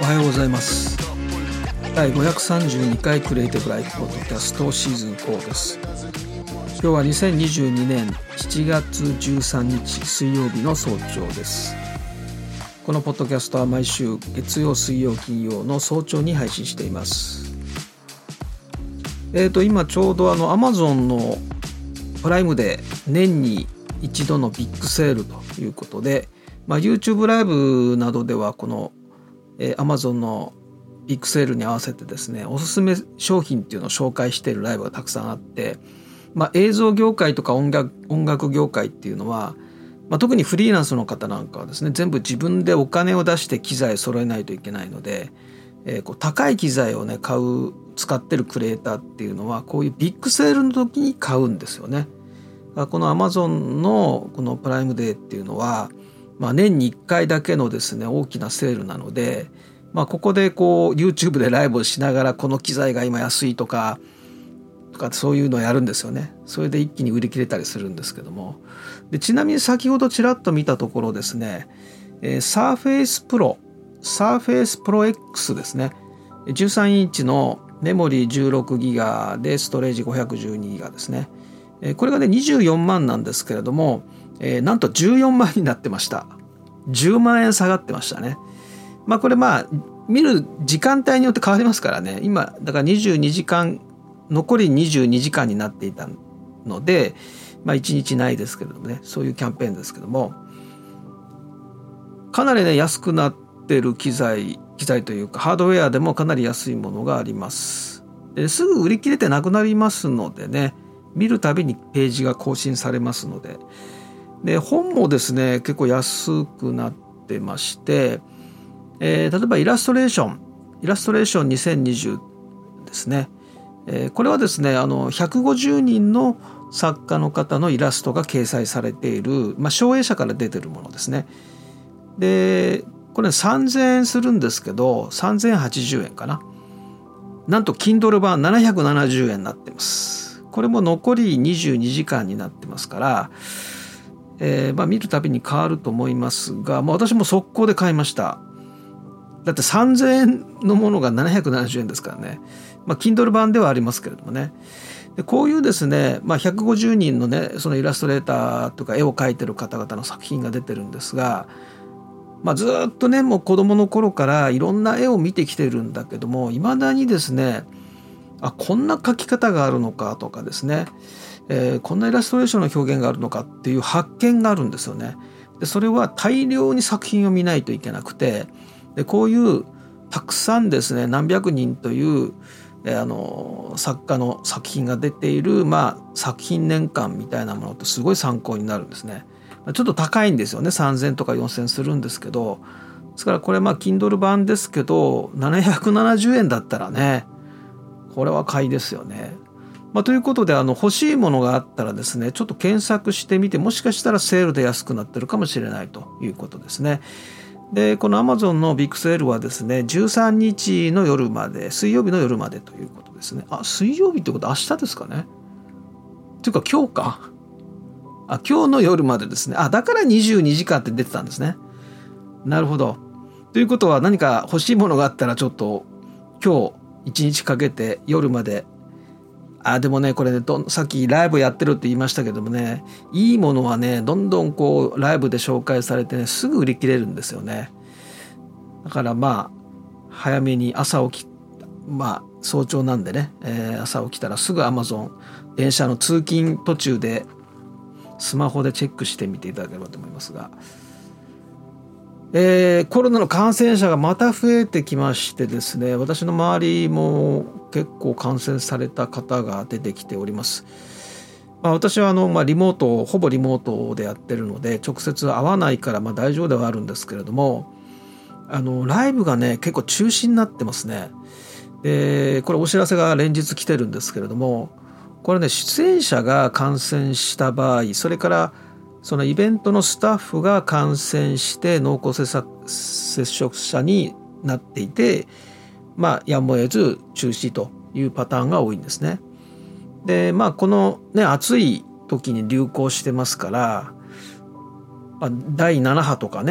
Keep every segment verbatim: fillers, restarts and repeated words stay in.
おはようございます。だいごひゃくさんじゅうにかいクリエイティブライフポッドキャストシーズンよんです。今日はにせんにじゅうにねんしちがつじゅうさんにち水曜日の早朝です。このポッドキャストは毎週月曜、水曜、金曜の早朝に配信しています。えーと今ちょうどあの Amazon のプライムで年に一度のビッグセールということで、まあ、YouTube ライブなどではこの、えー、Amazon のビッグセールに合わせてですね、おすすめ商品っていうのを紹介しているライブがたくさんあって、まあ、映像業界とか音楽、音楽業界っていうのは、まあ、特にフリーランスの方なんかはですね、全部自分でお金を出して機材揃えないといけないので、えー、こう高い機材をね買う使ってるクリエイターっていうのはこういうビッグセールの時に買うんですよね。この Amazon のこのプライムデーっていうのは、まあ、年にいっかいだけのですね大きなセールなので、まあ、ここでこう YouTube でライブをしながらこの機材が今安いとかとかそういうのをやるんですよね。それで一気に売り切れたりするんですけども、でちなみに先ほどちらっと見たところですね、えー、Surface Pro Surface Pro X ですね、じゅうさんインチのメモリー じゅうろくギガ でストレージ ごひゃくじゅうにギガ ですね。これがねにじゅうよんまんなんですけれども、えー、なんとじゅうよんまんになってました。じゅうまんえん下がってましたね。まあこれまあ見る時間帯によって変わりますからね。今だからにじゅうにじかん残りにじゅうにじかんになっていたので、まあいちにちないですけれどもね、そういうキャンペーンですけども、かなりね安くなってる機材機材というかハードウェアでもかなり安いものがあります。ですぐ売り切れてなくなりますのでね、見るたびにページが更新されますので、で本もですね結構安くなってまして、えー、例えばイラストレーションイラストレーションにせんにじゅうですね、えー、これはですねあのひゃくごじゅうにんの作家の方のイラストが掲載されている、まあ、集英社から出てるものですね。でこれさんぜんえんするんですけどさんぜんはちじゅうえんかな、なんと Kindle 版ななひゃくななじゅうえんになってます。これも残りにじゅうにじかんになってますから、えーまあ、見るたびに変わると思いますが、まあ、私も速攻で買いました。だってさんぜんえんのものがななひゃくななじゅうえんですからね。まあ、Kindle 版ではありますけれどもね。でこういうですね、まあ、ひゃくごじゅうにんのねそのイラストレーターとか絵を描いてる方々の作品が出てるんですが、まあ、ずっとねもう子供の頃からいろんな絵を見てきてるんだけども、いまだにですね、あこんな描き方があるのかとかですね、えー、こんなイラストレーションの表現があるのかっていう発見があるんですよね。でそれは大量に作品を見ないといけなくて、でこういうたくさんですね何百人という、えー、あの作家の作品が出ている、まあ、作品年間みたいなものってすごい参考になるんですね。ちょっと高いんですよね、さんぜんとかよんせんするんですけど、ですからこれまあ Kindle 版ですけどななひゃくななじゅうえんだったらねこれは買いですよね。まあ、ということであの欲しいものがあったらですねちょっと検索してみて、もしかしたらセールで安くなってるかもしれないということですね。でこの Amazon のビッグセールはですねじゅうさんにちの夜まで、水曜日の夜までということですね。あ水曜日ってことは明日ですかね。というか今日か。あ今日の夜までですね。あだからにじゅうにじかんって出てたんですね。なるほど。ということは何か欲しいものがあったらちょっと今日一日かけて夜まで、あでもねこれねどさっきライブやってるって言いましたけどもね、いいものはねどんどんこうライブで紹介されてねすぐ売り切れるんですよね。だからまあ早めに朝起きまあ早朝なんでね、えー、朝起きたらすぐ Amazon 電車の通勤途中でスマホでチェックしてみていただければと思いますが、えー、コロナの感染者がまた増えてきましてですね、私の周りも結構感染された方が出てきております。まあ、私はあの、まあ、リモートほぼリモートでやってるので直接会わないからまあ大丈夫ではあるんですけれども、あのライブがね結構中止になってますね。でこれお知らせが連日来てるんですけれども、これね出演者が感染した場合、それからそのイベントのスタッフが感染して濃厚接触者になっていて、まあやむを得ず中止というパターンが多いんですね。でまあこのね暑い時に流行してますから、まあ、だいなな波とかね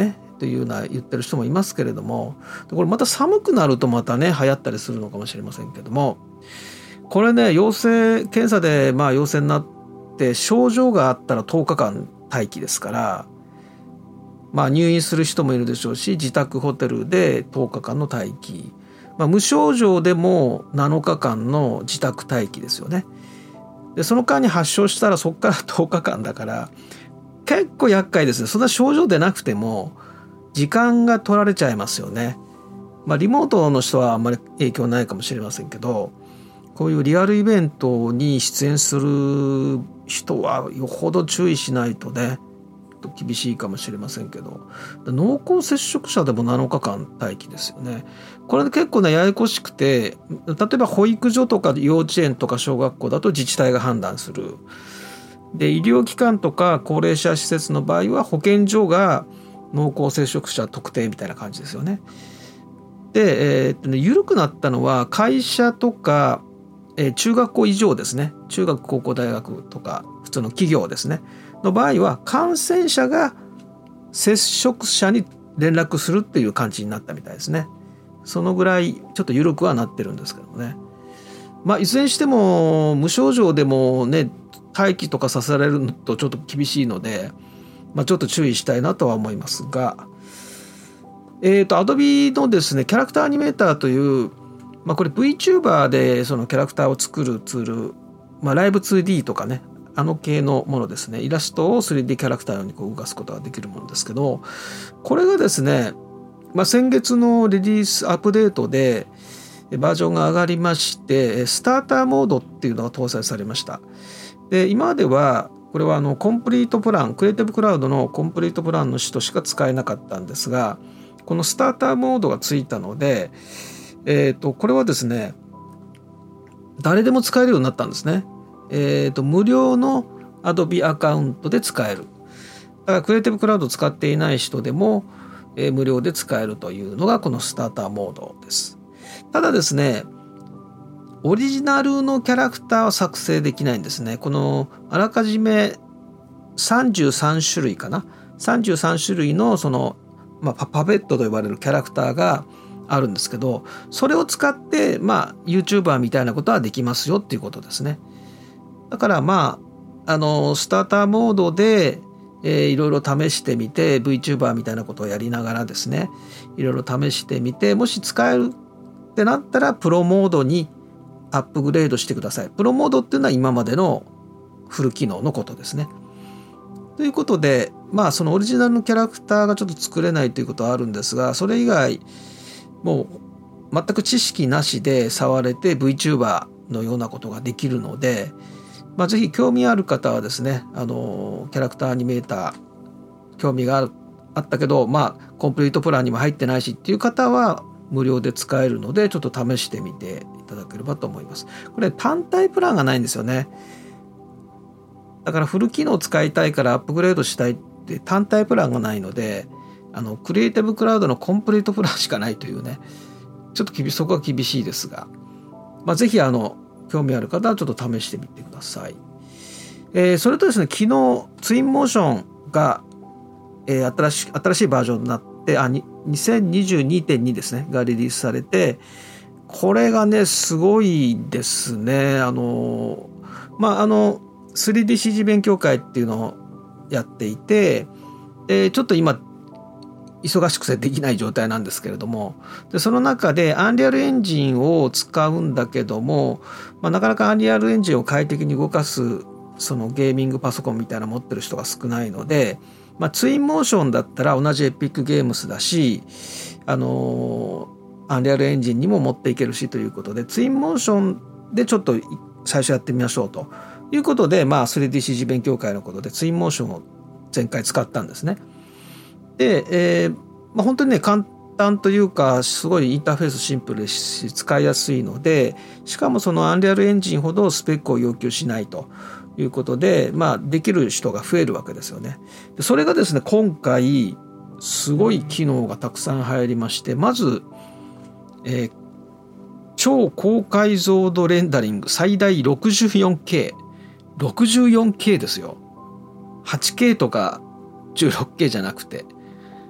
っていうような言ってる人もいますけれども、これまた寒くなるとまたね流行ったりするのかもしれませんけども、これね陽性検査でまあ陽性になって症状があったらとおかかん待機ですから、まあ入院する人もいるでしょうし、自宅ホテルでとおかかんの待機、まあ、無症状でもなのかかんの自宅待機ですよね。でその間に発症したらそこからとおかかんだから結構厄介ですね。そんな症状でなくても時間が取られちゃいますよね。まあリモートの人はあんまり影響ないかもしれませんけど、こういうリアルイベントに出演する人はよほど注意しないとね厳しいかもしれませんけど、濃厚接触者でもなのかかん待機ですよね。これ結構ねややこしくて、例えば保育所とか幼稚園とか小学校だと自治体が判断する。で医療機関とか高齢者施設の場合は保健所が濃厚接触者特定みたいな感じですよね。で、えーっとね、緩くなったのは会社とか、えー、中学校以上ですね。中学高校大学とか普通の企業ですねの場合は感染者が接触者に連絡するっていう感じになったみたいですね。そのぐらいちょっと緩くはなってるんですけどもね。まあいずれにしても無症状でもね待機とかさせられるとちょっと厳しいので、まあ、ちょっと注意したいなとは思いますが、えーと Adobe のですねキャラクターアニメーターという、まあ、これ VTuber でそのキャラクターを作るツール、まあ、ライブ ツーディー とかねあの系のものですね。イラストを スリーディー キャラクターにこう動かすことができるものですけど、これがですね、まあ、先月のリリースアップデートでバージョンが上がりまして、スターターモードっていうのが搭載されました。で今まではこれはあのコンプリートプラン、クリエイティブクラウドのコンプリートプランの人しか使えなかったんですが、このスターターモードがついたので、えーとこれはですね誰でも使えるようになったんですね。えーと無料の Adobe アカウントで使える。だからクリエイティブクラウドを使っていない人でも、えー、無料で使えるというのがこのスターターモードです。ただですね、オリジナルのキャラクターは作成できないんですね。このあらかじめさんじゅうさんしゅるいかな。さんじゅうさんしゅるいのその、まあ、パペットと呼ばれるキャラクターがあるんですけど、それを使って、まあ、YouTuber みたいなことはできますよっていうことですね。だからまあ、あの、スターターモードで、えー、いろいろ試してみて、VTuber みたいなことをやりながらですね、いろいろ試してみて、もし使えるってなったら、プロモードにアップグレードしてください。プロモードっていうのは今までのフル機能のことですね。ということで、まあそのオリジナルのキャラクターがちょっと作れないということはあるんですが、それ以外もう全く知識なしで触れて VTuber のようなことができるので、まあ、ぜひ興味ある方はですね、あのキャラクターアニメーター興味があるあったけど、まあコンプリートプランにも入ってないしっていう方は無料で使えるので、ちょっと試してみていただければと思います。これ単体プランがないんですよね。だからフル機能使いたいからアップグレードしたいって単体プランがないので、あのクリエイティブクラウドのコンプリートプランしかないというね、ちょっと厳しそこは厳しいですが、まあ、ぜひあの興味ある方はちょっと試してみてください。えー、それとですね、昨日ツインモーションが、えー、新しい新しいバージョンになってあに にせんにじゅうにてんに ですねがリリースされて、これがねすごいですね。あのまああの スリーディーシージー 勉強会っていうのをやっていて、でちょっと今忙しくてできない状態なんですけれども、でその中でアンリアルエンジンを使うんだけども、まあ、なかなかアンリアルエンジンを快適に動かすそのゲーミングパソコンみたいなの持ってる人が少ないので、まあ、ツインモーションだったら同じエピックゲームスだし、あのアンリアルエンジンにも持っていけるしということで、ツインモーションでちょっと最初やってみましょうということで、まあ、スリーディーシージー 勉強会のことでツインモーションを前回使ったんですね。で、えーまあ、本当にね簡単というかすごいインターフェースシンプルですし使いやすいので、しかもそのアンリアルエンジンほどスペックを要求しないということで、まあ、できる人が増えるわけですよね。でそれがですね今回すごい機能がたくさん入りまして、まず、えー、超高解像度レンダリング最大 ろくじゅうよんケー ろくじゅうよんケー ですよ。 はちケー とか じゅうろくケー じゃなくて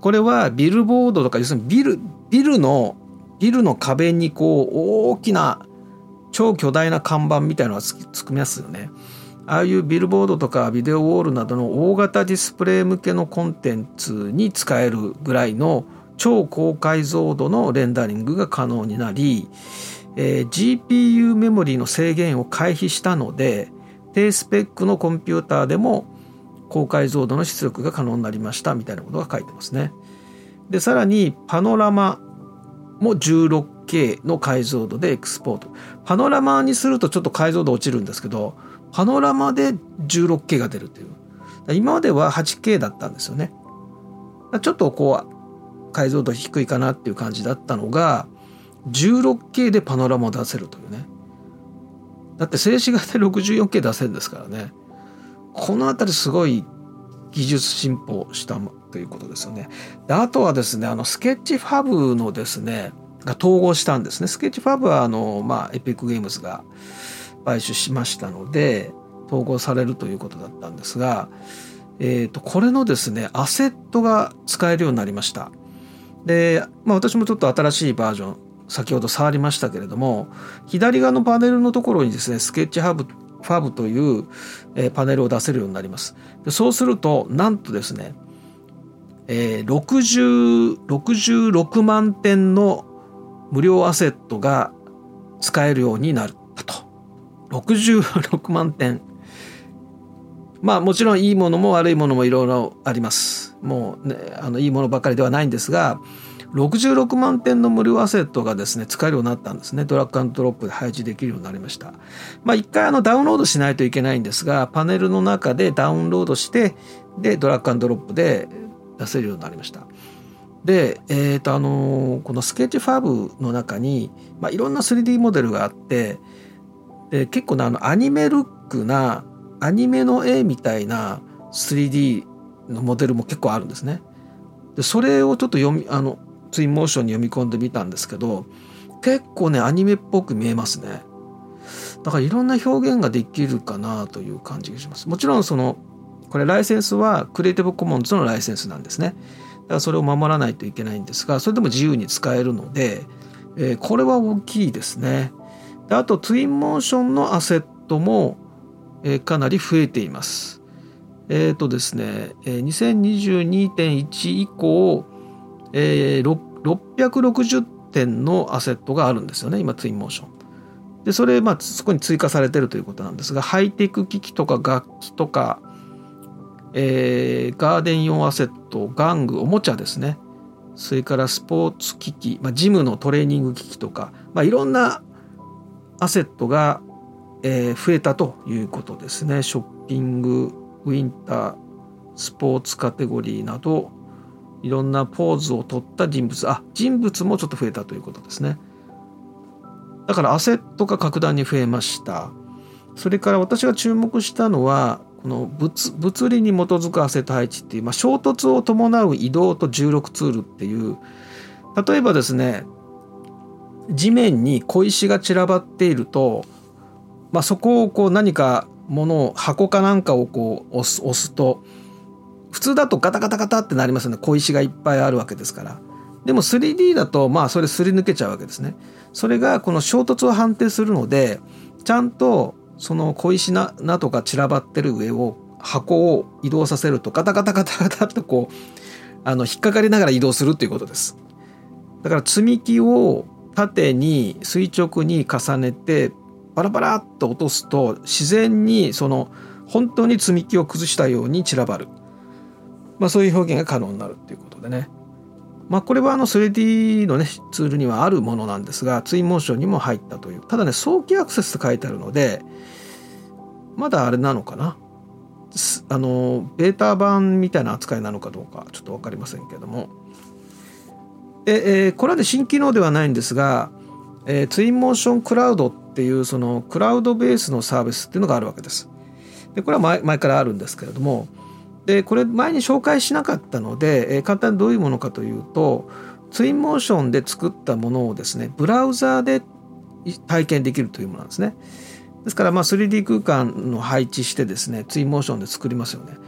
これはビルボードとか、要するにビル、ビルの、ビルの壁にこう大きな超巨大な看板みたいなのがつき、つきますよね。ああいうビルボードとかビデオウォールなどの大型ディスプレイ向けのコンテンツに使えるぐらいの超高解像度のレンダリングが可能になり、えー、ジーピーユー メモリーの制限を回避したので、低スペックのコンピューターでも高解像度の出力が可能になりましたみたいなことが書いてますね。で、さらにパノラマも じゅうろくケー の解像度でエクスポート。パノラマにするとちょっと解像度落ちるんですけど、パノラマで じゅうろくケー が出るという。今までは はちケー だったんですよね。ちょっとこう解像度低いかなっていう感じだったのが じゅうろくケー でパノラマを出せるというね。だって静止画で ろくじゅうよんケー 出せるんですからね。このあたりすごい技術進歩したということですよね。で、あとはですね、あのスケッチファブのですねが統合したんですね。スケッチファブはあのまあエピックゲームズが買収しましたので統合されるということだったんですが、えーと、これのですねアセットが使えるようになりました。で、まあ、私もちょっと新しいバージョン先ほど触りましたけれども、左側のパネルのところにですねスケッチファブ、ファブという、えー、パネルを出せるようになります。で、そうするとなんとですね、えー、ろくじゅう、ろくじゅうろくまんてんの無料アセットが使えるようになったと。ろくじゅうろくまんてん。まあもちろんいいものも悪いものもいろいろあります。もうね、あのいいものばかりではないんですが、ろくじゅうろくまんてんの無料アセットがですね使えるようになったんですね。ドラッグアンドドロップで配置できるようになりました。まあ一回あのダウンロードしないといけないんですが、パネルの中でダウンロードしてでドラッグアンドドロップで出せるようになりました。で、えーとあのー、このスケッチファブの中に、まあ、いろんな スリーディー モデルがあって、で結構なあのアニメルックなアニメの絵みたいな スリーディー のモデルも結構あるんですね。でそれをちょっと読みあのツインモーションに読み込んでみたんですけど、結構ねアニメっぽく見えますね。だからいろんな表現ができるかなという感じがします。もちろんそのこれライセンスはクリエイティブコモンズのライセンスなんですね。だからそれを守らないといけないんですが、それでも自由に使えるので、えー、これは大きいですね。であとツインモーションのアセットも、えー、かなり増えています。えっとですね、にせんにじゅうにてんいち 以降、えー、ろっぴゃくろくじゅってんのアセットがあるんですよね、今ツインモーション。でそれ、まあ、そこに追加されてるということなんですが、ハイテク機器とか楽器とか、えー、ガーデン用アセット、玩具、おもちゃですね。それからスポーツ機器、まあ、ジムのトレーニング機器とか、まあ、いろんなアセットが、えー、増えたということですね。ショッピング、ウィンター、スポーツカテゴリーなど、いろんなポーズを取った人物、あ、人物もちょっと増えたということですね。だからアセットが格段に増えました。それから私が注目したのは、この 物, 物理に基づくアセット配置っていう、まあ、衝突を伴う移動と重力ツールっていう、例えばですね、地面に小石が散らばっていると、まあ、そこをこう何か物を箱かなんかをこう押す、押すと、普通だとガタガタガタってなりますよね。小石がいっぱいあるわけですから。でも スリーディー だとまあそれすり抜けちゃうわけですね。それがこの衝突を判定するので、ちゃんとその小石ななどが散らばってる上を箱を移動させるとガタガタガタガタとこうあの引っかかりながら移動するということです。だから積み木を縦に垂直に重ねてバラバラっと落とすと自然にその本当に積み木を崩したように散らばる。まあ、そういう表現が可能になるということでね。まあ、これはあの スリーディー のねツールにはあるものなんですが、ツインモーションにも入ったという。ただね、早期アクセスと書いてあるので、まだあれなのかな。あのベータ版みたいな扱いなのかどうかちょっと分かりませんけれども。で、えー、これはね新機能ではないんですが、えー、ツインモーションクラウドっていうそのクラウドベースのサービスっていうのがあるわけです。で、これは 前, 前からあるんですけれども、でこれ前に紹介しなかったので、えー、簡単にどういうものかというと、ツインモーションで作ったものをですねブラウザーで体験できるというものなんですね。ですからまあ スリーディー 空間の配置してですねツインモーションで作りますよね。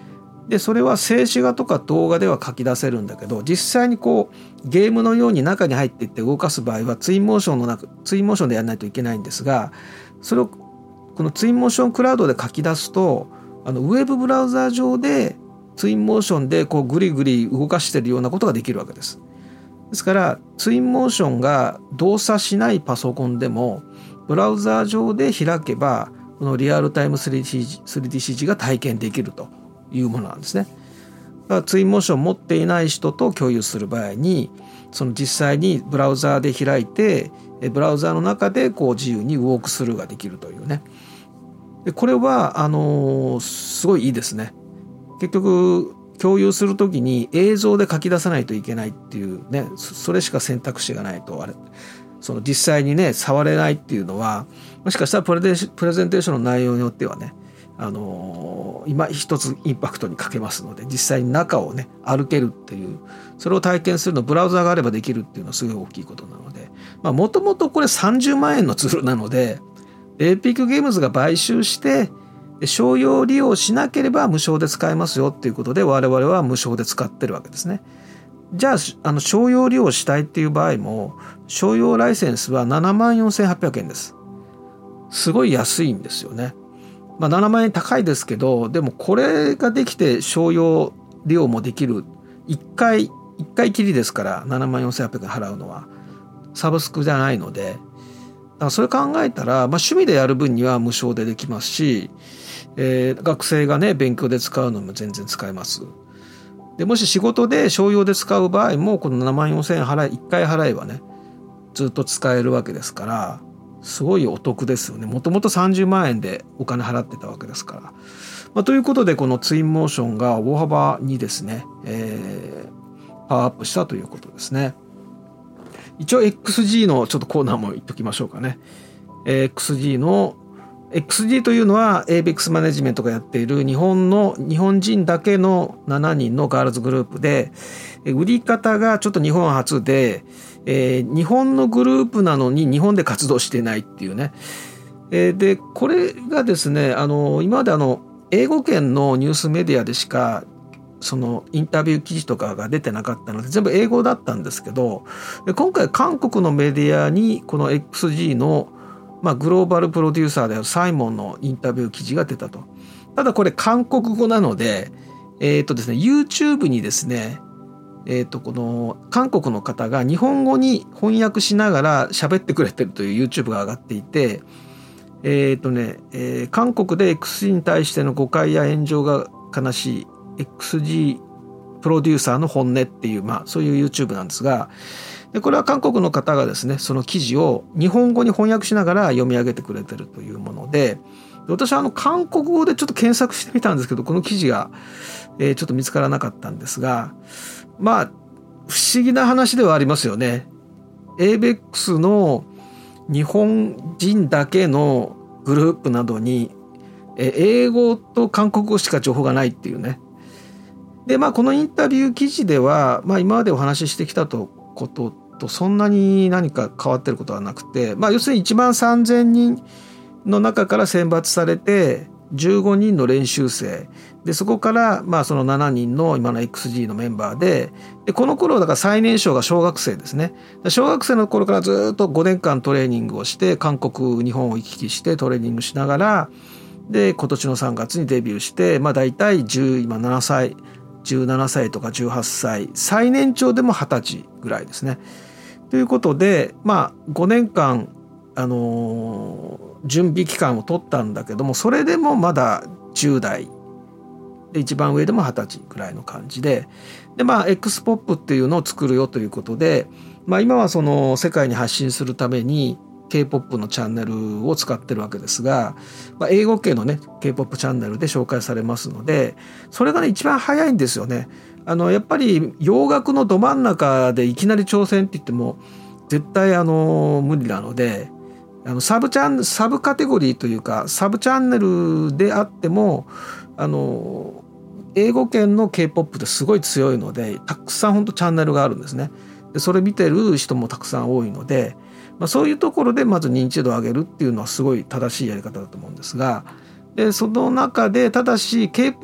でそれは静止画とか動画では書き出せるんだけど、実際にこうゲームのように中に入っていって動かす場合はツインモーションの中ツインモーションでやらないといけないんですが、それをこのツインモーションクラウドで書き出すと、あのウェブブラウザ上でツインモーションでこうグリグリ動かしているようなことができるわけです。ですからツインモーションが動作しないパソコンでもブラウザ上で開けばこのリアルタイム スリーディーシージー、スリーディーシージー が体験できるというものなんですね。だからツインモーションを持っていない人と共有する場合に、その実際にブラウザで開いてブラウザの中でこう自由にウォークスルーができるというね。でこれはあのー、すごいいいですね。結局共有するときに映像で書き出さないといけないっていうね、それしか選択肢がないと、あれその実際にね触れないっていうのは、もしかしたらプレデプレゼンテーションの内容によってはね、あのー、今一つインパクトに欠けますので、実際に中をね歩けるっていう、それを体験するのブラウザがあればできるっていうのはすごい大きいことなので、もともとこれさんじゅうまんえんのツールなので、エピックゲームズが買収して商用利用しなければ無償で使えますよっていうことで、我々は無償で使ってるわけですね。じゃあ、あの商用利用したいっていう場合も商用ライセンスはななまんよんせんはっぴゃくえんです。すごい安いんですよね。まあ、ななまんえん高いですけど、でもこれができて商用利用もできる、いっかいいっかいきりですから、ななまんよんせんはっぴゃくえん払うのはサブスクじゃないので、だからそれ考えたら、まあ、趣味でやる分には無償でできますし、えー、学生がね勉強で使うのも全然使えます。でもし仕事で商用で使う場合もこのななまんよんせんえん払いいっかい払えばねずっと使えるわけですから、すごいお得ですよね。もともとさんじゅうまんえんでお金払ってたわけですから、まあ、ということでこのツインモーションが大幅にですね、えー、パワーアップしたということですね。一応 エックスジー のちょっとコーナーも言っときましょうかね。エックスジー の エックスジー というのは エーベックス マネジメントがやっている日本の日本人だけのしちにんのガールズグループで、売り方がちょっと日本初で、えー、日本のグループなのに日本で活動してないっていうね。えー、でこれがですね、あの今まであの英語圏のニュースメディアでしかそのインタビュー記事とかが出てなかったので全部英語だったんですけど、今回韓国のメディアにこの エックスジー のまあグローバルプロデューサーであるサイモンのインタビュー記事が出たと。ただこれ韓国語なので、えっとですね YouTube にですね、えっとこの韓国の方が日本語に翻訳しながら喋ってくれてるという YouTube が上がっていて、えっとね、えー、韓国で エックスジー に対しての誤解や炎上が悲しいエックスジー プロデューサーの本音っていう、まあそういう YouTube なんですが、でこれは韓国の方がですねその記事を日本語に翻訳しながら読み上げてくれてるというもので、私はあの韓国語でちょっと検索してみたんですけど、この記事が、えー、ちょっと見つからなかったんですが、まあ不思議な話ではありますよね。 エーベックス の日本人だけのグループなどに英語と韓国語しか情報がないっていうね。でまあこのインタビュー記事では、まあ、今までお話ししてきたこととそんなに何か変わってることはなくて、まあ、要するにいちまんさんぜんにんの中から選抜されてじゅうごにんの練習生で、そこからまあそのしちにんの今の エックスジー のメンバー で, でこの頃だから最年少が小学生ですね。小学生の頃からずっとごねんかんトレーニングをして韓国日本を行き来してトレーニングしながら、で今年のさんがつにデビューして、まあ、大体じゅう今ななさいじゅうななさいとかじゅうはっさい、最年長でもはたちぐらいですね。ということで、まあ、ごねんかん、あのー、準備期間を取ったんだけども、それでもまだじゅうだいで一番上でもはたちぐらいの感じで、でまあ X ポップっていうのを作るよということで、まあ、今はその世界に発信するために K-ポップ のチャンネルを使ってるわけですが、まあ、英語系のね K-ポップ チャンネルで紹介されますので、それがね一番早いんですよね。あのやっぱり洋楽のど真ん中でいきなり挑戦って言っても絶対あの無理なので、あのサブチャンサブカテゴリーというかサブチャンネルであってもあの英語圏の K-ポップ ってすごい強いので、たくさん本当チャンネルがあるんですね。でそれ見てる人もたくさん多いので、まあ、そういうところでまず認知度を上げるっていうのはすごい正しいやり方だと思うんですが、でその中でただし K-ポッ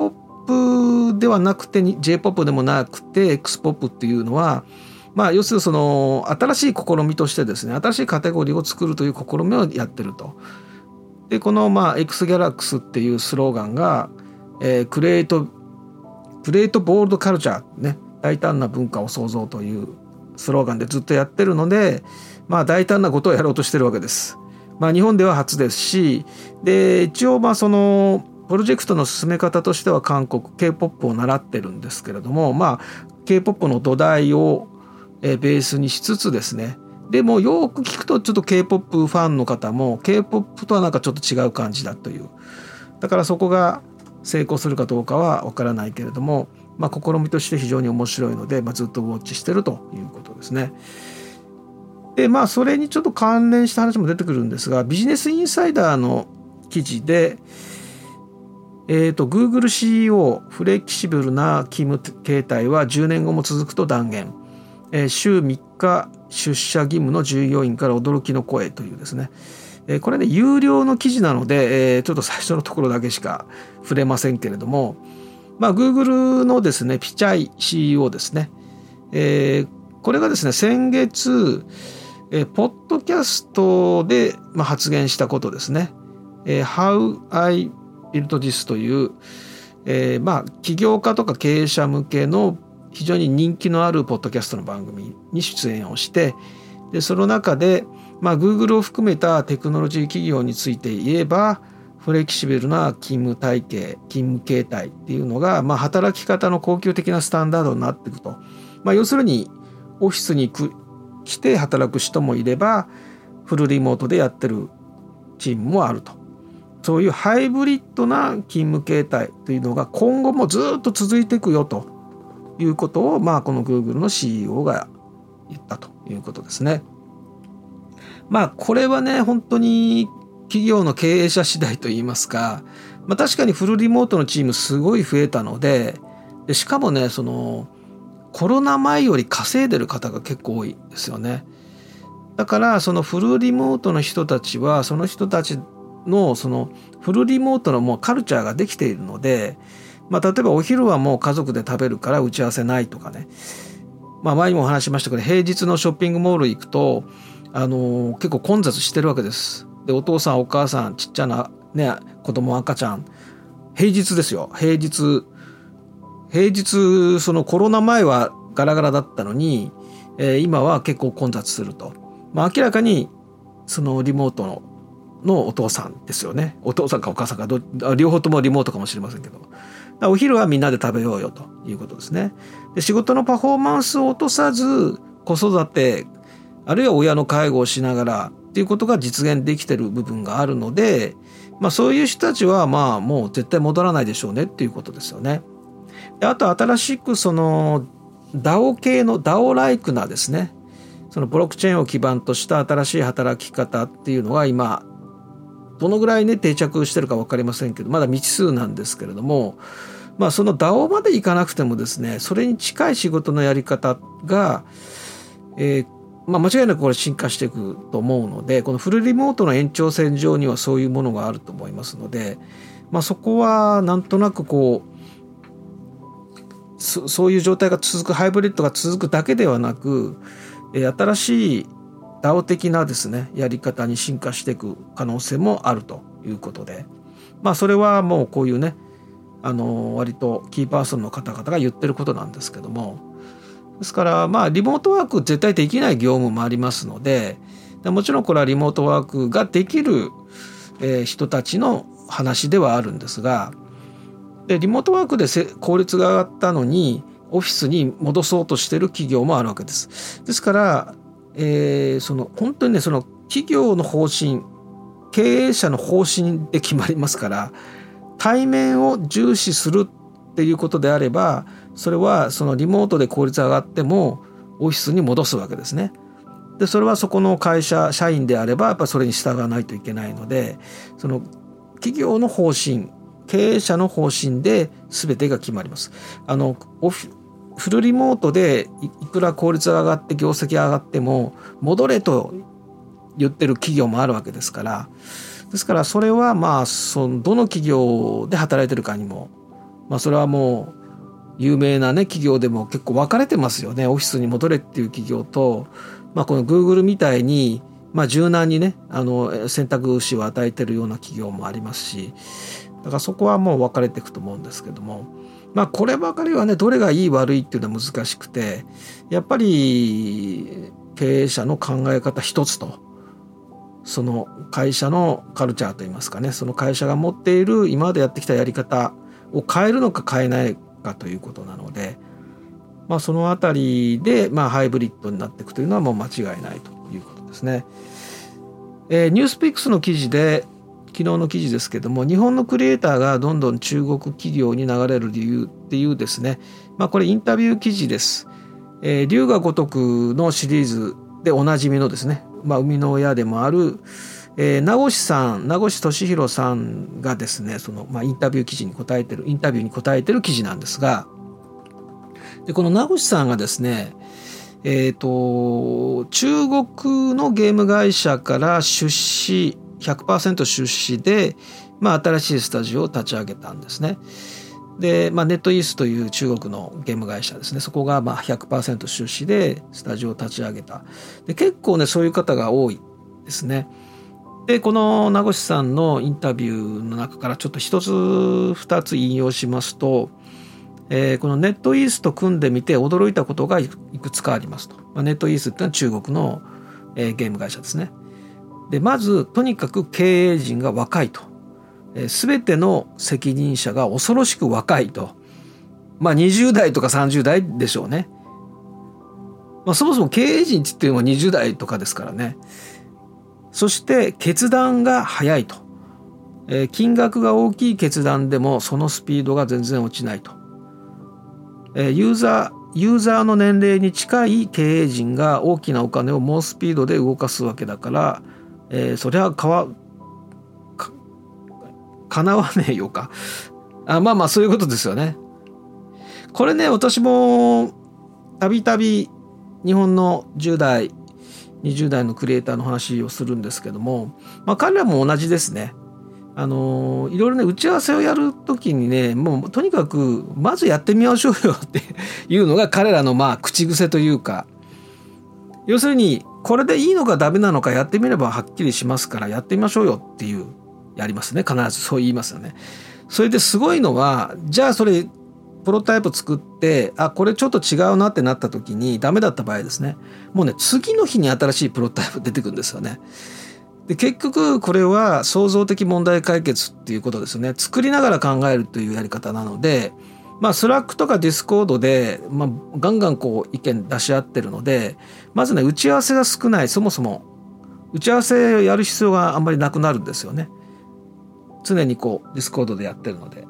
プ ではなくて ジェイポップ でもなくて X ポップっていうのは、まあ、要するにその新しい試みとしてですね、新しいカテゴリーを作るという試みをやってると。でこのまあ X ギャラクスっていうスローガンが、えー、クリエイトクリエイトボールドカルチャーね、大胆な文化を創造というスローガンでずっとやってるので、まあ大胆なことをやろうとしてるわけです。まあ日本では初ですし、で一応まあそのプロジェクトの進め方としては韓国 K-ポップ を習ってるんですけれども、まあ K-ポップ の土台をベースにしつつですね、でもよく聞くとちょっと K-ポップ ファンの方も K-ポップ とはなんかちょっと違う感じだという、だからそこが成功するかどうかは分からないけれども、まあ試みとして非常に面白いので、まあ、ずっとウォッチしてるということですね。でまあそれにちょっと関連した話も出てくるんですが、ビジネスインサイダーの記事で、えーと Google シーイーオー フレキシブルな勤務形態はじゅうねんごも続くと断言、えー、週みっか出社義務の従業員から驚きの声というですね、えー、これね有料の記事なので、えー、ちょっと最初のところだけしか触れませんけれども、まあ Google のですねピチャイ シーイーオー ですね、えー、これがですね先月、えー、ポッドキャストで、まあ、発言したことですね、えー、How I Built This という、えー、まあ起業家とか経営者向けの非常に人気のあるポッドキャストの番組に出演をして、でその中で、まあ、Google を含めたテクノロジー企業について言えばフレキシブルな勤務体系勤務形態っていうのが、まあ、働き方の恒久的なスタンダードになっていくと、まあ、要するにオフィスに来て働く人もいればフルリモートでやってるチームもあると、そういうハイブリッドな勤務形態というのが今後もずっと続いていくよということを、まあ、この Google の シーイーオー が言ったということですね。まあこれはね本当に企業の経営者次第といいますか、まあ、確かにフルリモートのチームすごい増えたので、でしかもねそのコロナ前より稼いでる方が結構多いですよね。だからそのフルリモートの人たちはその人たちのそのフルリモートのもうカルチャーができているので、まあ、例えばお昼はもう家族で食べるから打ち合わせないとかね、まあ、前にもお話しましたけど平日のショッピングモール行くと、あのー、結構混雑してるわけです。でお父さんお母さんちっちゃな、ね、子供赤ちゃん平日ですよ平日平日そのコロナ前はガラガラだったのに、えー、今は結構混雑すると、まあ、明らかにそのリモートののお父さんですよね。お父さんかお母さんかど両方ともリモートかもしれませんけど、お昼はみんなで食べようよということですね。で仕事のパフォーマンスを落とさず子育てあるいは親の介護をしながらっていうことが実現できてる部分があるので、まあ、そういう人たちはまあもう絶対戻らないでしょうねっていうことですよね。であと新しくその ダオ 系の ダオ ライクなですね、そのブロックチェーンを基盤とした新しい働き方っていうのが今どのぐらいね定着してるか分かりませんけど、まだ未知数なんですけれども、まあその ダオ までいかなくてもですね、それに近い仕事のやり方が、えーまあ、間違いなくこれ進化していくと思うので、このフルリモートの延長線上にはそういうものがあると思いますので、まあ、そこはなんとなくこう そ, そういう状態が続くハイブリッドが続くだけではなく、えー、新しいダオ 的なですねやり方に進化していく可能性もあるということで、まあそれはもうこういうねあの割とキーパーソンの方々が言ってることなんですけども、ですからまあリモートワーク絶対できない業務もありますので、もちろんこれはリモートワークができる人たちの話ではあるんですが、でリモートワークで効率が上がったのにオフィスに戻そうとしている企業もあるわけです。ですからえー、その本当にねその企業の方針経営者の方針で決まりますから、対面を重視するっていうことであればそれはそのリモートで効率上がってもオフィスに戻すわけですね。でそれはそこの会社社員であればやっぱりそれに従わないといけないので、その企業の方針経営者の方針で全てが決まります。あのオフフルリモートでいくら効率が上がって業績が上がっても戻れと言ってる企業もあるわけですから、ですからそれはまあそのどの企業で働いてるかにもまあ、それはもう有名なね企業でも結構分かれてますよね。オフィスに戻れっていう企業と、まあ、この Google みたいに、まあ、柔軟にねあの選択肢を与えてるような企業もありますし、だからそこはもう分かれていくと思うんですけども、まあこればかりはねどれがいい悪いっていうのは難しくて、やっぱり経営者の考え方一つと、その会社のカルチャーといいますかね、その会社が持っている今までやってきたやり方を変えるのか変えないかということなので、まあ、そのあたりで、まあ、ハイブリッドになっていくというのはもう間違いないということですね。えー、ニュースピックスの記事で、昨日の記事ですけども、日本のクリエイターがどんどん中国企業に流れる理由っていうですね、まあ、これインタビュー記事です。えー、龍が如くのシリーズでおなじみのですね、まあ、生みの親でもある、えー、名越さん、名越俊弘さんがですね、その、まあ、インタビュー記事に答えてる、インタビューに答えてる記事なんですが、でこの名越さんがですね、えっと、中国のゲーム会社から出資、ひゃくパーセント 出資で、まあ、新しいスタジオを立ち上げたんですね。で、まあ、ネットイースという中国のゲーム会社ですね、そこがまあ ひゃくパーセント 出資でスタジオを立ち上げた。で結構ねそういう方が多いですね。でこの名越さんのインタビューの中からちょっと一つ二つ引用しますと、えー、このネットイースと組んでみて驚いたことがいくつかありますと。まあ、ネットイースってのは中国の、えー、ゲーム会社ですね。でまずとにかく経営陣が若いと。すべての責任者が恐ろしく若いと。まあにじゅう代とかさんじゅう代でしょうね。まあ、そもそも経営陣って言ってもにじゅう代とかですからね。そして決断が早いと。えー、金額が大きい決断でもそのスピードが全然落ちないと。えー、ユーザー、ユーザーの年齢に近い経営陣が大きなお金を猛スピードで動かすわけだから、えー、それは変わ叶わねえよか。あ、まあまあそういうことですよね。これね、私もたびたび日本のじゅう代、にじゅう代のクリエイターの話をするんですけども、まあ彼らも同じですね。あのいろいろね打ち合わせをやるときにね、もうとにかくまずやってみましょうよっていうのが彼らのまあ口癖というか、要するにこれでいいのかダメなのかやってみればはっきりしますからやってみましょうよっていう。やりますね。必ずそう言いますよね。それですごいのは、じゃあそれプロタイプ作って、あ、これちょっと違うなってなった時にダメだった場合ですね、もうね次の日に新しいプロタイプ出てくるんですよね。で結局これは創造的問題解決っていうことですね。作りながら考えるというやり方なので、まあスラックとかディスコードで、まあ、ガンガンこう意見出し合ってるので、まずね打ち合わせが少ない。そもそも打ち合わせをやる必要があんまりなくなるんですよね。常にこうディスコードでやってるので。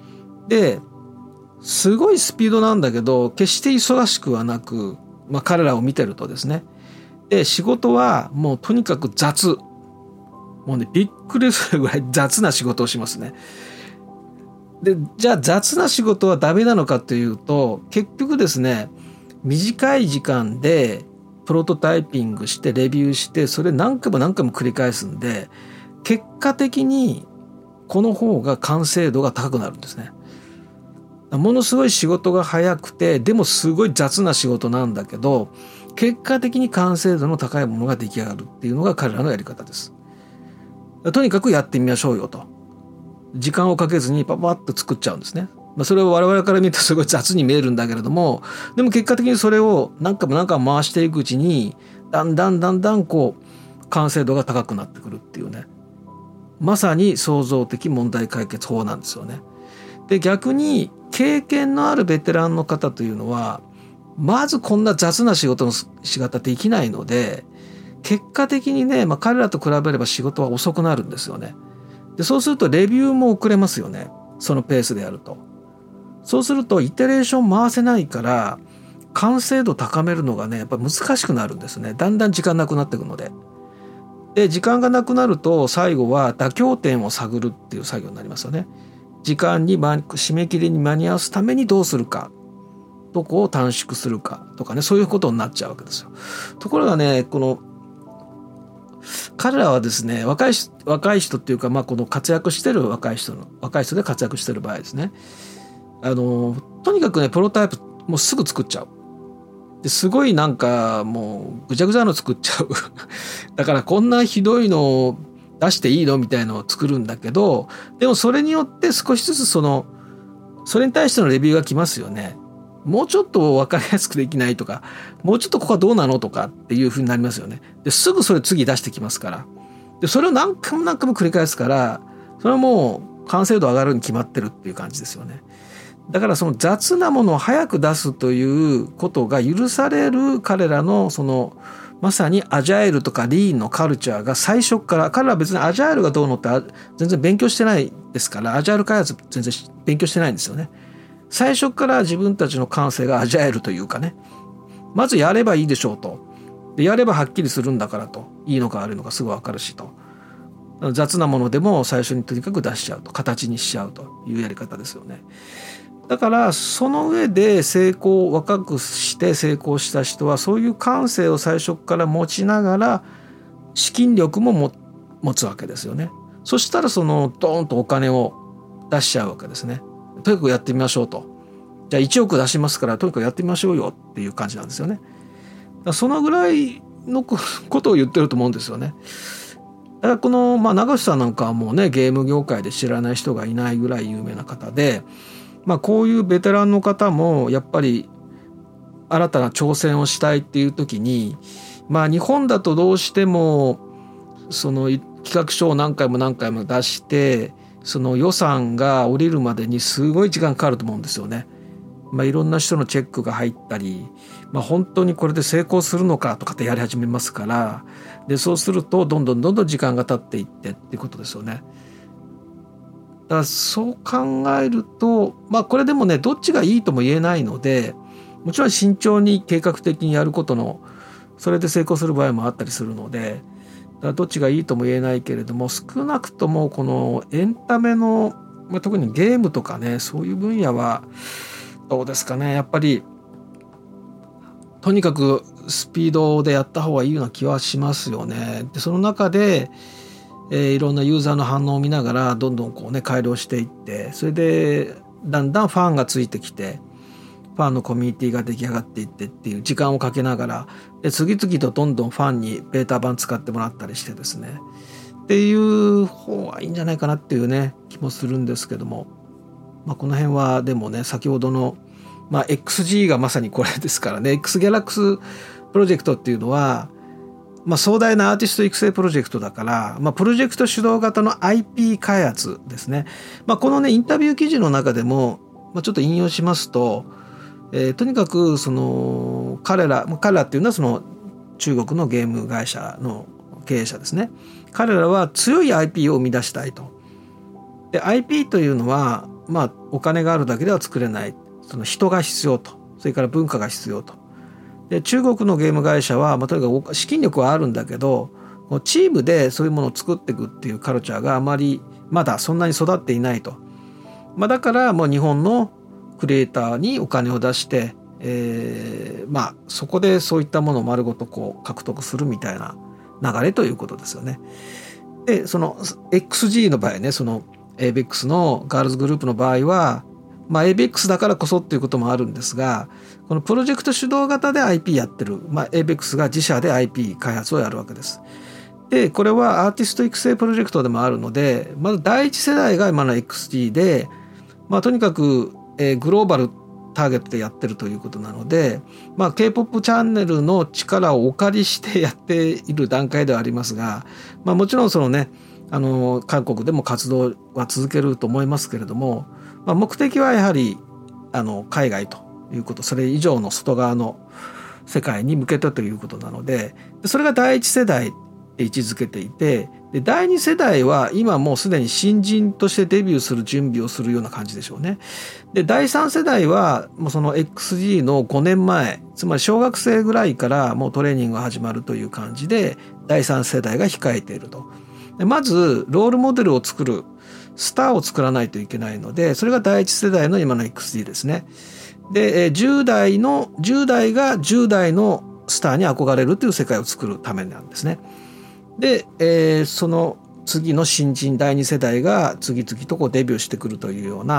ですごいスピードなんだけど決して忙しくはなく、まあ、彼らを見てるとですね、で仕事はもうとにかく雑、もうねびっくりするぐらい雑な仕事をしますね。でじゃあ雑な仕事はダメなのかというと、結局ですね短い時間でプロトタイピングしてレビューしてそれ何回も何回も繰り返すんで、結果的にこの方が完成度が高くなるんですね。ものすごい仕事が早くて、でもすごい雑な仕事なんだけど、結果的に完成度の高いものが出来上がるっていうのが彼らのやり方です。とにかくやってみましょうよと。時間をかけずにパパッと作っちゃうんですね。まあ、それを我々から見るとすごい雑に見えるんだけれども、でも結果的にそれを何回も何回も回していくうちに、だんだんだんだんこう完成度が高くなってくるっていうね。まさに創造的問題解決法なんですよね。で逆に経験のあるベテランの方というのはまずこんな雑な仕事の仕方できないので、結果的にね、まあ、彼らと比べれば仕事は遅くなるんですよね。でそうするとレビューも遅れますよね。そのペースでやると。そうするとイテレーション回せないから完成度高めるのがねやっぱ難しくなるんですね。だんだん時間なくなっていくので。で時間がなくなると最後は妥協点を探るっていう作業になりますよね。時間に締め切りに間に合わすためにどうするか、どこを短縮するかとかね、そういうことになっちゃうわけですよ。ところがね、この彼らはですね、若い若い人っていうか、まあこの活躍してる若い人の若い人で活躍してる場合ですね、 あのとにかくねプロトタイプもうすぐ作っちゃう。ですごいなんかもうぐちゃぐちゃの作っちゃうだからこんなひどいのを出していいのみたいのを作るんだけど、でもそれによって少しずつそのそれに対してのレビューが来ますよね。もうちょっと分かりやすくできないとか、もうちょっとここはどうなのとかっていう風になりますよね。ですぐそれ次出してきますから。でそれを何回も何回も繰り返すから、それはもう完成度上がるに決まってるっていう感じですよね。だからその雑なものを早く出すということが許される彼らのそのまさにアジャイルとかリーンのカルチャーが最初から、彼らは別にアジャイルがどうのって全然勉強してないですから、アジャイル開発全然勉強してないんですよね。最初から自分たちの感性がアジャイルというかね、まずやればいいでしょうと。でやればはっきりするんだからと、いいのか悪いのかすぐ分かるしと。雑なものでも最初にとにかく出しちゃうと、形にしちゃうというやり方ですよね。だからその上で成功、若くして成功した人はそういう感性を最初から持ちながら資金力もも持つわけですよね。そしたらそのドーンとお金を出しちゃうわけですね。とにかくやってみましょうと。じゃあいちおく出しますからとにかくやってみましょうよっていう感じなんですよね。だからそのぐらいのことを言ってると思うんですよね。だからこの、まあ、長瀬さんなんかはもうねゲーム業界で知らない人がいないぐらい有名な方で、まあ、こういうベテランの方もやっぱり新たな挑戦をしたいっていう時に、まあ、日本だとどうしてもその企画書を何回も何回も出してその予算が下りるまでにすごい時間かかると思うんですよね。まあ、いろんな人のチェックが入ったり、まあ、本当にこれで成功するのかとかってやり始めますから、でそうするとどんどんどんどん時間が経っていってっていうことですよね。だからそう考えると、まあこれでもねどっちがいいとも言えないので、もちろん慎重に計画的にやることのそれで成功する場合もあったりするので、だからどっちがいいとも言えないけれども、少なくともこのエンタメの、まあ、特にゲームとかねそういう分野はどうですかね、やっぱりとにかくスピードでやった方がいいような気はしますよね。でその中でえー、いろんなユーザーの反応を見ながらどんどんこうね改良していって、それでだんだんファンがついてきてファンのコミュニティが出来上がっていってっていう時間をかけながら、で次々とどんどんファンにベータ版使ってもらったりしてですねっていう方がいいんじゃないかなっていうね気もするんですけども、まあ、この辺はでもね先ほどの、まあ、エックスジー がまさにこれですからね。 X ギャラクスプロジェクトっていうのはまあ、壮大なアーティスト育成プロジェクトだから、まあ、プロジェクト主導型の アイピー 開発ですね。まあ、このねインタビュー記事の中でも、まあ、ちょっと引用しますと、えー、とにかくその彼ら彼らっていうのはその中国のゲーム会社の経営者ですね。彼らは強い アイピー を生み出したいと。で アイピー というのは、まあ、お金があるだけでは作れない、その人が必要と、それから文化が必要と。で中国のゲーム会社は、まあ、とにかく資金力はあるんだけどチームでそういうものを作っていくっていうカルチャーがあまりまだそんなに育っていないと、まあ、だからもう日本のクリエイターにお金を出して、えー、まあそこでそういったものを丸ごとこう獲得するみたいな流れということですよね。でその エックスジー の場合ね、その エーベックス のガールズグループの場合はまあ、エーベックス だからこそっていうこともあるんですが、このプロジェクト主導型で アイピー やってる、まあ、エーベックス が自社で アイピー 開発をやるわけです。でこれはアーティスト育成プロジェクトでもあるので、まず第一世代が今の エックスジー で、まあ、とにかく、えー、グローバルターゲットでやってるということなので、まあ、K-ポップ チャンネルの力をお借りしてやっている段階ではありますが、まあ、もちろんそのねあの韓国でも活動は続けると思いますけれども、まあ、目的はやはりあの海外ということ、それ以上の外側の世界に向けてということなので、それが第一世代で位置づけていて、で第二世代は今もうすでに新人としてデビューする準備をするような感じでしょうね。で第三世代はもうその エックスジー のごねんまえ、つまり小学生ぐらいからもうトレーニングが始まるという感じで第三世代が控えていると。でまずロールモデルを作る、スターを作らないといけないので、それが第一世代の今の エックスジー ですね。でじゅう代のじゅう代がじゅう代のスターに憧れるという世界を作るためなんですね。で、えー、その次の新人第二世代が次々とこうデビューしてくるというような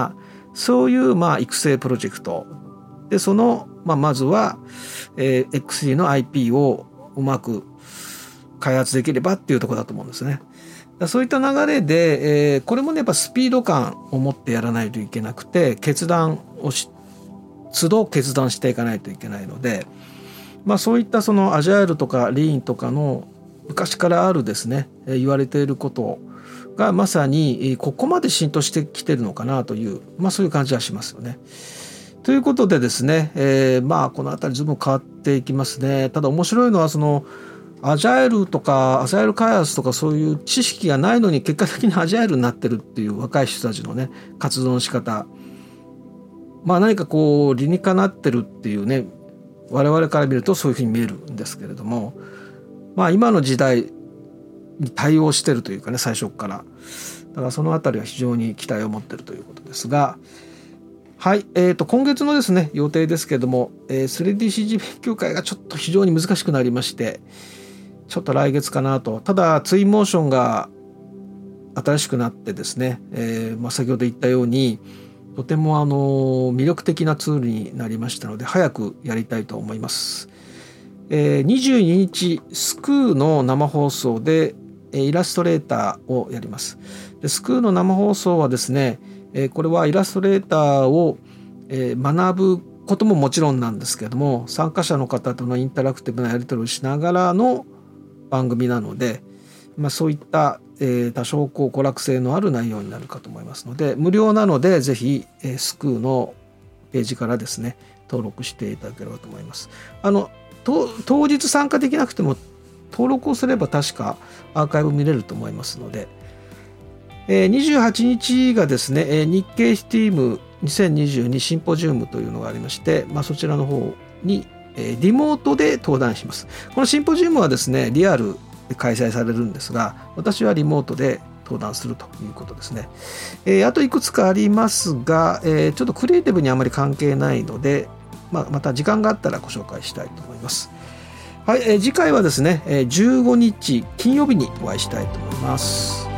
そういうまあ育成プロジェクトで、その、まあ、まずは、えー、エックスディー の アイピー をうまく開発できればっていうところだと思うんですね。そういった流れで、えー、これもねやっぱスピード感を持ってやらないといけなくて、決断をし都度決断していかないといけないので、まあ、そういったそのアジャイルとかリーンとかの昔からあるですね言われていることがまさにここまで浸透してきてるのかなという、まあ、そういう感じはしますよね。ということでですね、えー、まあこの辺りずいぶん変わっていきますね。ただ面白いのはそのアジャイルとかアジャイル開発とかそういう知識がないのに結果的にアジャイルになってるっていう若い人たちのね活動の仕方、まあ何かこう理にかなってるっていうね我々から見るとそういうふうに見えるんですけれども、まあ今の時代に対応してるというかね最初からだからそのあたりは非常に期待を持ってるということですが、はい、えー、と今月のですね予定ですけれども、えー、スリーディーシージー 勉強会がちょっと非常に難しくなりまして、ちょっと来月かなと。ただツインモーションが新しくなってですね、えーまあ、先ほど言ったようにとてもあの魅力的なツールになりましたので早くやりたいと思います。えー、にじゅうににちスクーの生放送でイラストレーターをやります。でスクーの生放送はですね、えー、これはイラストレーターを、えー、学ぶことももちろんなんですけれども、参加者の方とのインタラクティブなやり取りをしながらの番組なので、まあ、そういった、えー、多少こう娯楽性のある内容になるかと思いますので、無料なのでぜひ、えー、スクーのページからですね登録していただければと思います。あの当日参加できなくても登録をすれば確かアーカイブ見れると思いますので、えー、にじゅうはちにちがですね、えー、日経スティームにせんにじゅうにシンポジウムというのがありまして、まあ、そちらの方にリモートで登壇します。このシンポジウムはですねリアルで開催されるんですが、私はリモートで登壇するということですね。えー、あといくつかありますが、えー、ちょっとクリエイティブにあまり関係ないので、まあ、また時間があったらご紹介したいと思います。はい、えー、次回はですねじゅうごにち金曜日にお会いしたいと思います。